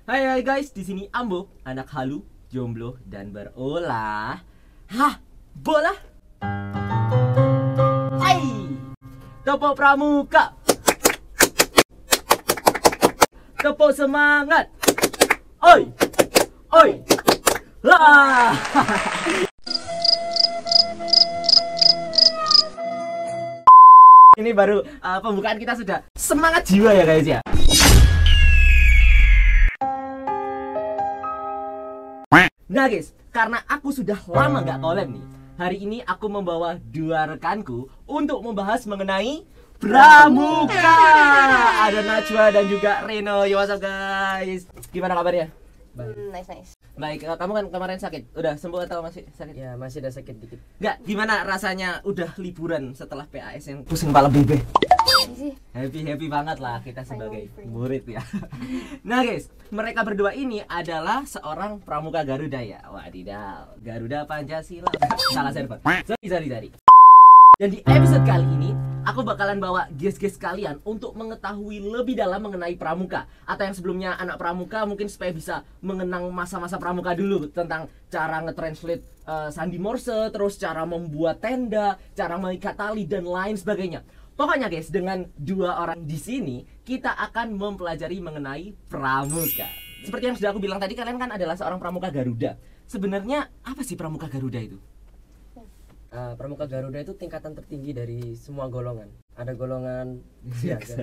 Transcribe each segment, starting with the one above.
Hai guys, di sini Ambo, anak halu, jomblo dan berolah. Hah, bola? Hai, tepuk pramuka, tepuk semangat. Oi, oi, lah. Ini baru pembukaan kita sudah semangat jiwa ya guys ya. Nah guys, karena aku sudah lama nggak collab nih, hari ini aku membawa dua rekanku untuk membahas mengenai pramuka. Ada Najwa dan juga Reno. Yo, what's up guys? Gimana kabarnya? Nice. Baik, kamu kan kemarin sakit. Udah sembuh atau masih sakit? Ya, masih ada sakit dikit. Nggak, gimana rasanya udah liburan setelah PAS yang pusing kepala bebe? Happy banget lah kita sebagai murid ya. Nah guys, mereka berdua ini adalah seorang pramuka Garuda ya. Wadidaw, Garuda Pancasila. Salah server. Sorry. Dan di episode kali ini aku bakalan bawa guest-guest kalian untuk mengetahui lebih dalam mengenai pramuka. Atau yang sebelumnya anak pramuka mungkin supaya bisa mengenang masa-masa pramuka dulu, tentang cara nge-translate sandi morse, terus cara membuat tenda, cara mengikat tali dan lain sebagainya. Pokoknya guys, dengan dua orang di sini kita akan mempelajari mengenai pramuka. Seperti yang sudah aku bilang tadi, kalian kan adalah seorang pramuka Garuda. Sebenarnya apa sih pramuka Garuda itu? Pramuka Garuda itu tingkatan tertinggi dari semua golongan. Ada golongan siaga.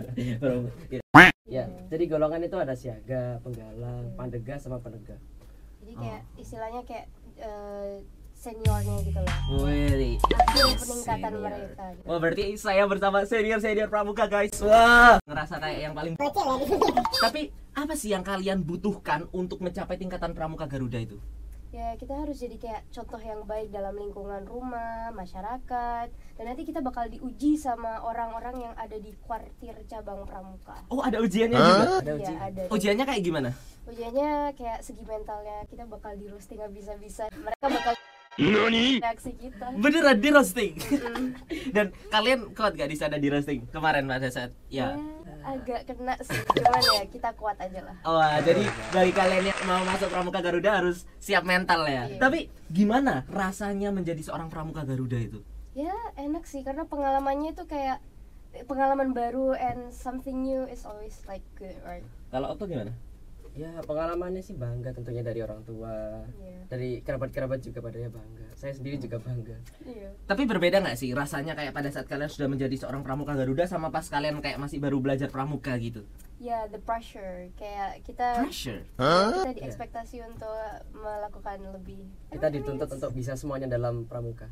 Ya, jadi golongan itu ada siaga, penggalang, pandega sama penegak. Jadi kayak istilahnya kayak seniornya gitu lah. Wih, Peningkatan mereka. wah berarti saya bersama senior pramuka guys. Wah, ngerasa kayak yang paling. Tapi apa sih yang kalian butuhkan untuk mencapai tingkatan pramuka Garuda itu? Ya, kita harus jadi kayak contoh yang baik dalam lingkungan rumah, masyarakat. Dan nanti kita bakal diuji sama orang-orang yang ada di kuartir cabang pramuka. Oh, ada ujiannya juga? Ada uji. Ya, ada. Ujiannya kayak gimana? Ujiannya kayak segi mentalnya. Kita bakal di roasting habis-habisan. Mereka bakal reaksi kita. Beneran di roasting? Dan kalian kuat gak di sana di roasting kemarin pada saat ya? Agak kena sih, cuman ya kita kuat aja lah. Oh, jadi bagi kalian yang mau masuk pramuka Garuda harus siap mental ya. Iya. Tapi gimana rasanya menjadi seorang pramuka Garuda itu? Ya enak sih, karena pengalamannya itu kayak pengalaman baru, and something new is always like good, right? Kalau Otto gimana? Ya, pengalamannya sih bangga tentunya dari orang tua. Iya. Dari kerabat-kerabat juga padanya bangga. Saya sendiri juga bangga. Iya. Tapi berbeda nggak sih rasanya kayak pada saat kalian sudah menjadi seorang pramuka Garuda sama pas kalian kayak masih baru belajar pramuka gitu? Ya, the pressure, kayak kita Pressure? diekspektasi untuk melakukan lebih. Kita dituntut untuk bisa semuanya dalam pramuka.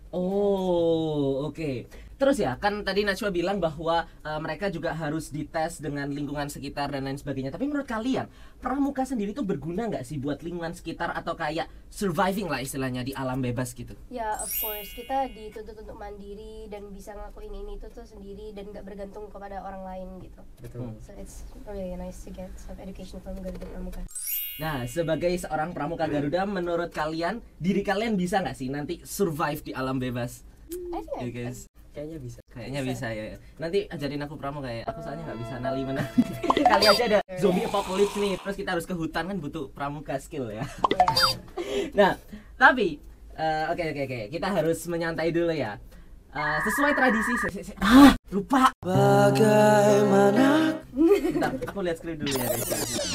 Oh, oke. Terus ya, kan tadi Najwa bilang bahwa mereka juga harus dites dengan lingkungan sekitar dan lain sebagainya. Tapi menurut kalian, pramuka sendiri tuh berguna nggak sih buat lingkungan sekitar atau kayak surviving lah istilahnya di alam bebas gitu? Ya, of course, kita dituntut untuk mandiri dan bisa ngelakuin ini itu tuh sendiri dan nggak bergantung kepada orang lain gitu. Betul. So it's really nice to get some education from Garuda Pramuka. Nah, sebagai seorang pramuka Garuda, menurut kalian, diri kalian bisa nggak sih nanti survive di alam bebas? I think Ya guys, Kayaknya bisa. kayaknya bisa ya. Nanti ajarin aku pramuka ya. Aku soalnya nggak bisa menari. Kali aja ada zombie apocalypse nih, terus kita harus ke hutan kan butuh pramuka skill ya. Nah, tapi oke. Kita harus menyantai dulu ya. Sesuai tradisi. Lupa. Bagaimana? Bentar, aku lihat skrip dulu ya guys.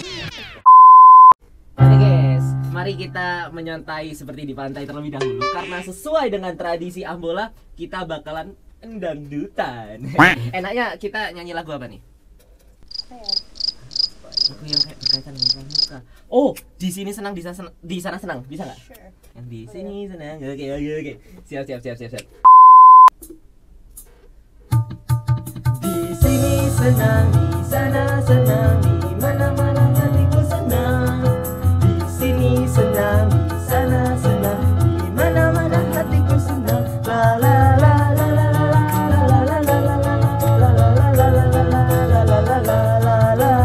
Oke guys, mari kita menyantai seperti di pantai terlebih dahulu. Karena sesuai dengan tradisi Ambola, kita bakalan dangdutan. Enaknya kita nyanyi lagu apa nih? Lagu yang kayak berkaitan dengan pramuka. Oh, di sini senang, di sana senang, bisa nggak? Sure. Yang di sini senang. Oke. Siap. Di sini senang, di sana senang, di mana-mana hatiku senang. Di sini senang, di sana senang, di mana-mana hatiku senang. La la la la la la la la la la la la la la la.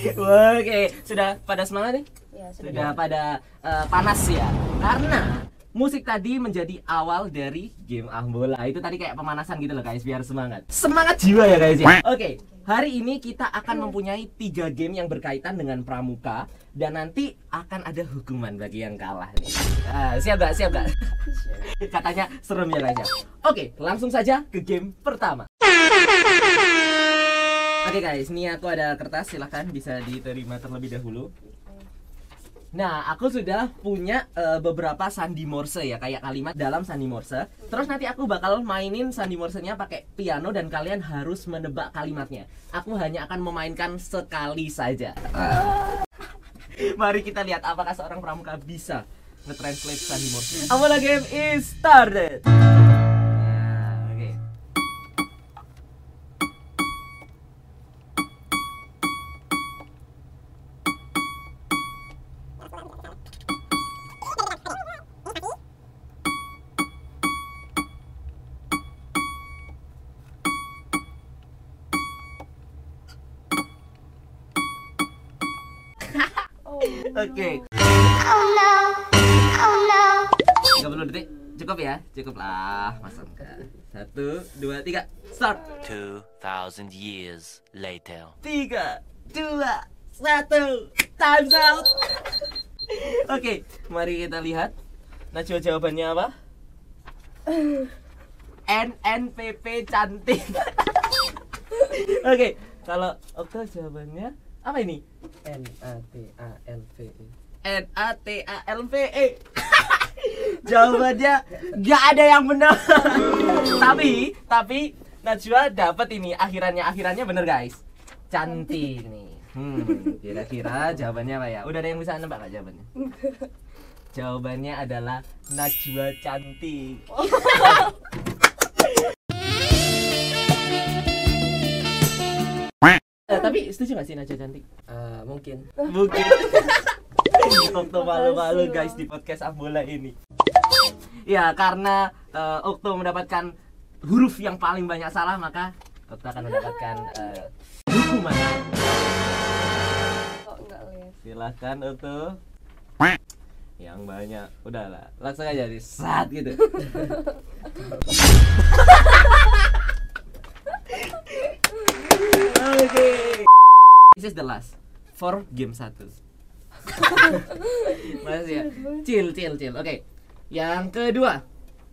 Oke, sudah pada semangat nih? Ya, Sudah pada panas ya. Karena musik tadi menjadi awal dari game Ahbola. Itu tadi kayak pemanasan gitu loh guys, biar semangat. Semangat jiwa ya guys ya. Oke, hari ini kita akan mempunyai 3 game yang berkaitan dengan pramuka. Dan nanti akan ada hukuman bagi yang kalah nih. Siap gak? Siap gak? Katanya serem ya guys ya. Oke, langsung saja ke game pertama. Oke guys, ini aku ada kertas, silahkan bisa diterima terlebih dahulu. Nah, aku sudah punya beberapa sandi morse ya, kayak kalimat dalam sandi morse. Terus nanti aku bakal mainin sandi morsenya pakai piano dan kalian harus menebak kalimatnya. Aku hanya akan memainkan sekali saja. Mari kita lihat apakah seorang pramuka bisa nge-translate sandi morse. Ahbola game is started. Nah, oke. Oke. 30 detik cukup ya? Cukup lah, Mas Angga. 1, 2, 3, start. 2,000 years later. 3, 2, 1, time's out. Oke, mari kita lihat. Najwa jawabannya apa? NNPP cantik. Oke, kalau Okta jawabannya apa ini? NATALVE. NATALVE. Jawabannya gak ada yang benar. tapi Najwa dapat ini akhirannya bener guys. Cantik nih. Kira-kira jawabannya apa ya? Udah ada yang bisa nebak gak jawabannya? Jawabannya adalah Najwa cantik. Tapi setuju gak sih Najwa cantik? Mungkin. Okto malu-malu guys di podcast Ahbola ini. Ya, karena Okto mendapatkan huruf yang paling banyak salah, maka Okto akan mendapatkan hukuman. Kok enggak lihat? Silahkan Okto. Yang banyak. Udahlah, langsung aja di saat gitu. Oke. This is the last for game 1. Masih ya. Chill. Oke. Yang kedua.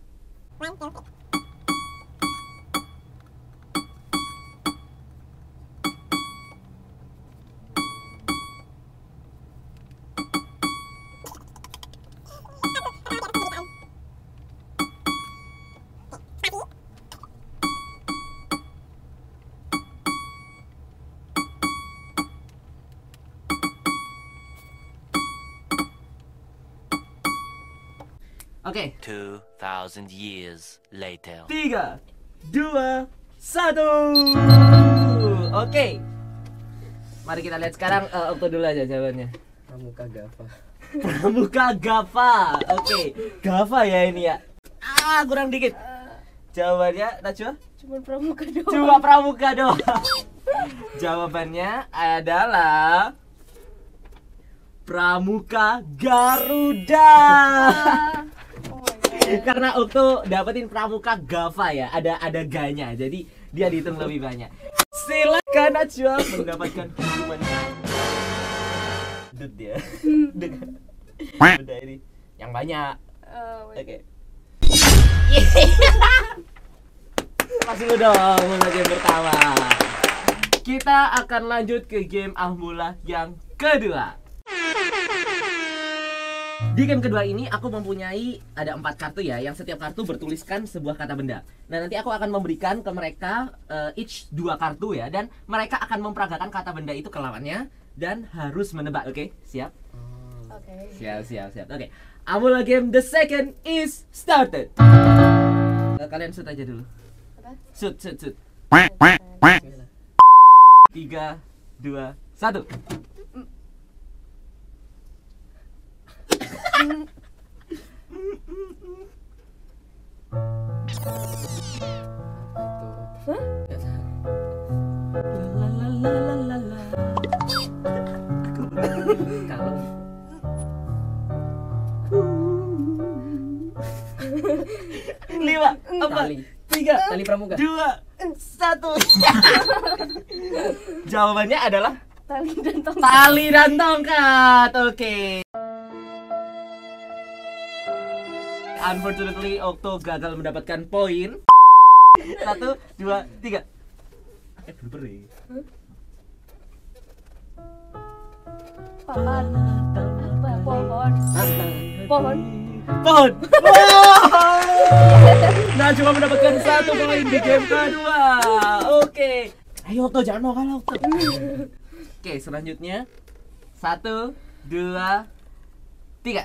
Oke. 2,000 years later. 3, 2, 1. Oke. Mari kita lihat sekarang Okto dulu aja jawabannya. Pramuka Gava. Pramuka Gava. Oke. Gava ya ini ya. Kurang dikit. Jawabannya Najwa? Cuma pramuka doang. Cuma pramuka doang. Jawabannya adalah Pramuka Garuda. Oh my God. Karena Okto dapetin pramuka Gava ya, ada ganya, jadi dia dihitung lebih banyak. Silakan Najwa mendapatkan hukuman. Dud ya. Udah ini yang banyak. Oke. Masih dong mulai game pertama. Kita akan lanjut ke game Ahbola yang kedua. Di game kedua ini aku mempunyai ada 4 kartu ya, yang setiap kartu bertuliskan sebuah kata benda. Nah, nanti aku akan memberikan ke mereka each 2 kartu ya, dan mereka akan memperagakan kata benda itu ke lawannya dan harus menebak. Oke, siap? Oke. Siap. Oke. Ahbola game the second is started. Kalian shoot aja dulu. Apa? Shoot. 3, 2, 1. Kalau Tali pramuka. 2, 1. Jawabannya adalah Tali dan tongkat. tali dan tongkat. Oke. Unfortunately, Okto gagal mendapatkan poin. 1, 2, 3. Blueberry. Papan. Apa? Pohon. Pohon. Pohon. Nah, cuma mendapatkan 1 poin di game kedua. Oke. Ayo Okto, jangan mau kalah Okto. Oke, selanjutnya 1, 2, 3.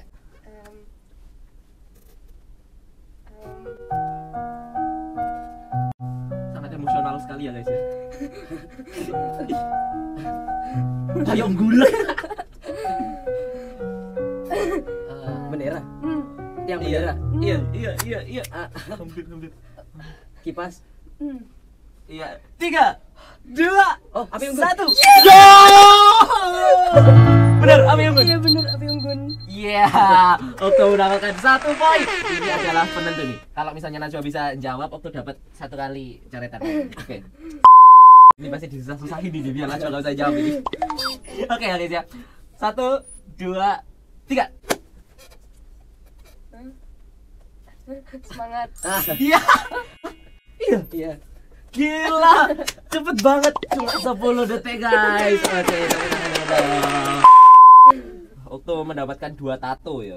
Sangat emosional sekali ya guys ya. Kayak gula. Bendera. Yang Iya, bendera. iya. Hampir. Kipas. Iya. 3, 2, Oh, api unggun. 1. Benar, api unggun. Iya bener, api unggun. Iya, Okto mendapatkan 1 poin. Ini adalah penentu nih. Kalau misalnya Najwa bisa jawab, Okto dapat 1 kali coretan. Oke. Ini pasti disusah-susahin nih biar Najwa nggak usah jawab ini. Oke, guys ya. 1, 2, 3. Semangat. Iya. Iya. Iya. Gila, cepet banget, cuma 10 detik guys. Oke, Okto mendapatkan 2 tato ya.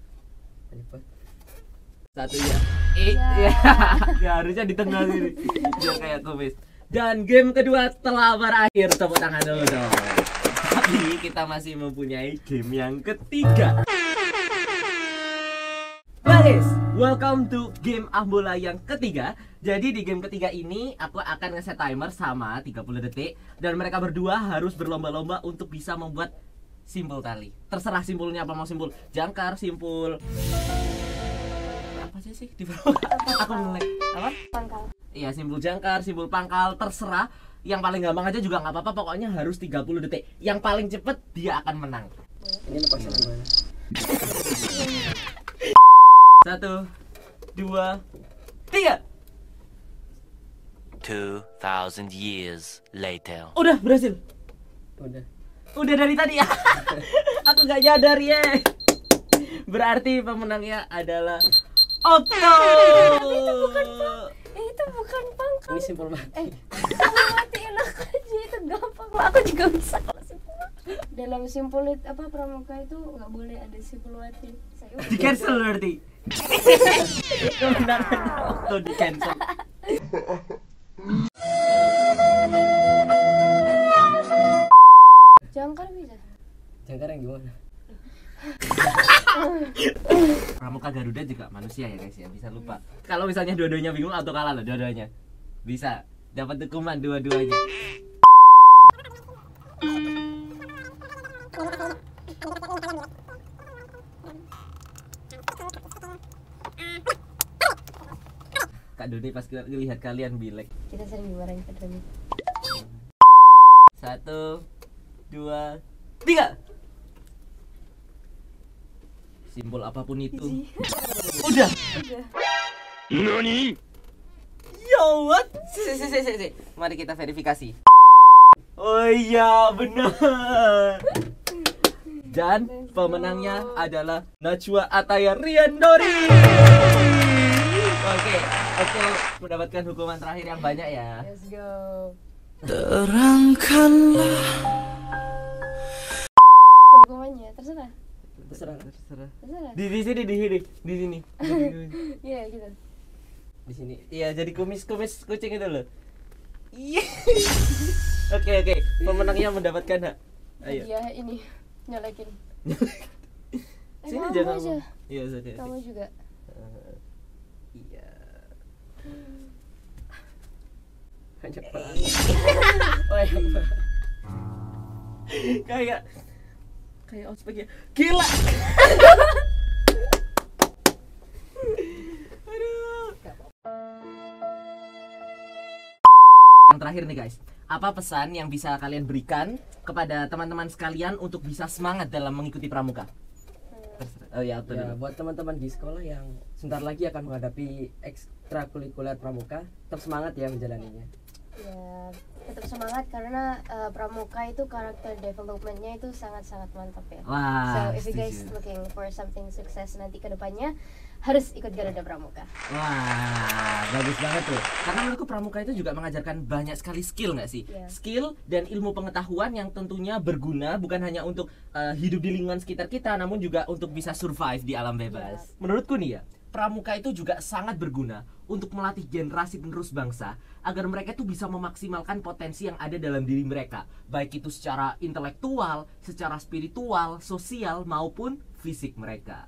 Satu ya. Ya. Ya harusnya di tengah sini. Biar kayak kumis. Dan game kedua telah berakhir. Tepuk tangan dulu dong. Tapi kita masih mempunyai game yang ketiga. Guys, welcome to game Ambola yang ketiga. Jadi di game ketiga ini aku akan ngeset timer sama 30 detik dan mereka berdua harus berlomba-lomba untuk bisa membuat simpul tali. Terserah simpulnya apa, mau simpul jangkar, simpul apa sih di bawah? Aku mulai apa? Pangkal. Iya, simpul jangkar, simpul pangkal, terserah. Yang paling gampang aja juga nggak apa-apa, pokoknya harus 30 detik. Yang paling cepet dia akan menang. Ini lepasnya gimana? 1, 2, 3. 2,000 years later. Udah berhasil. Udah Dari tadi ya. Aku nggak nyadar ya. Berarti pemenangnya adalah Okto. Itu bukan pangkal. Ini simpul mati. Simpul mati enak aja, itu gampang lah. Aku juga bisa kalau simpul mati. Dalam simpul apa pramuka itu nggak boleh ada simpul mati. Saya Di cancel berarti. Kemenangan Okto di cancel. jangkar bisa. Jangkar yang gimana? Pramuka Garuda juga manusia ya guys ya, bisa lupa. Kalau misalnya dua-duanya bingung atau kalah loh dua-duanya. Bisa dapat hukuman dua-duanya. Kak Doni pas lihat kalian bilek. Kita sering dimarahin Kak Doni. 1, 2, 3. Simbol apapun itu. Udah. Nani? Yo, what? Si. Mari kita verifikasi. Oh iya, benar. Dan pemenangnya adalah Najwa Ataya Riandori. Oke, mendapatkan hukuman terakhir yang banyak ya. Let's go. Terangkanlah. Hukumannya terserah. Terserah. Terserah. Di sini. Iya, gitu. Di sini. Iya, jadi kumis kucing itu loh. Iya. Oke. Pemenangnya mendapatkan hak. Ayo. Iya, ini nyalakin. Sini kamu jangan. aja. Iya, saja. Kamu juga. Iya. Hanya kayak ospek ya. Gila. Aduh. Yang terakhir nih guys, apa pesan yang bisa kalian berikan kepada teman-teman sekalian untuk bisa semangat dalam mengikuti pramuka? Ya, buat teman-teman di sekolah yang sebentar lagi akan menghadapi ekstrakurikuler pramuka, tetap semangat ya menjalaninya. Ya, tetap semangat karena pramuka itu karakter developmentnya itu sangat-sangat mantap ya. Wah, So if you guys setuju. looking for something sukses nanti ke depannya, harus ikut Garuda Pramuka. Wah, bagus banget tuh. Karena menurutku pramuka itu juga mengajarkan banyak sekali skill nggak sih? Iya. Skill dan ilmu pengetahuan yang tentunya berguna bukan hanya untuk hidup di lingkungan sekitar kita, namun juga untuk bisa survive di alam bebas. Menurutku nih ya, pramuka itu juga sangat berguna untuk melatih generasi penerus bangsa agar mereka tuh bisa memaksimalkan potensi yang ada dalam diri mereka, baik itu secara intelektual, secara spiritual, sosial maupun fisik mereka.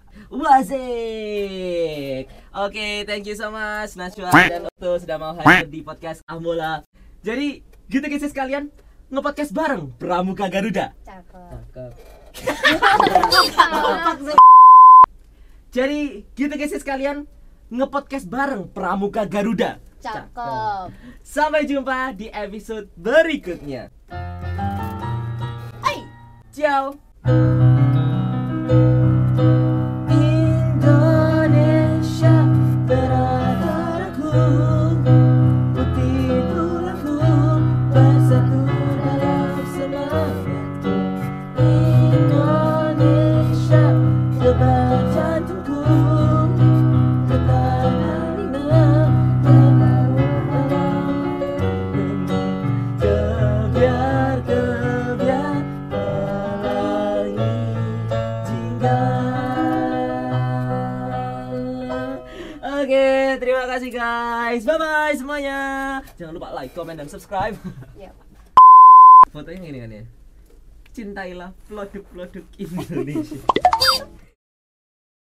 Wazik. Oke, thank you so much Najwa dan Otto sudah mau hadir di podcast Ahmola. Jadi, gitu guys sekalian, ngepodcast bareng Pramuka Garuda. Cakep. Cakep. Jadi, gitu guys sekalian, ngepodcast bareng Pramuka Garuda. Cakep. Sampai jumpa di episode berikutnya. Ciao. Indonesia beradaraku, putih tulangku, bersatu dalam semangatku. Indonesia debar jantungku, ke tanah minang, kebiar pelangi jingga. Oke, terima kasih guys. Bye bye semuanya. Jangan lupa like, comment, dan subscribe. Ya. Fotonya gini kan ya. Cintailah produk-produk Indonesia.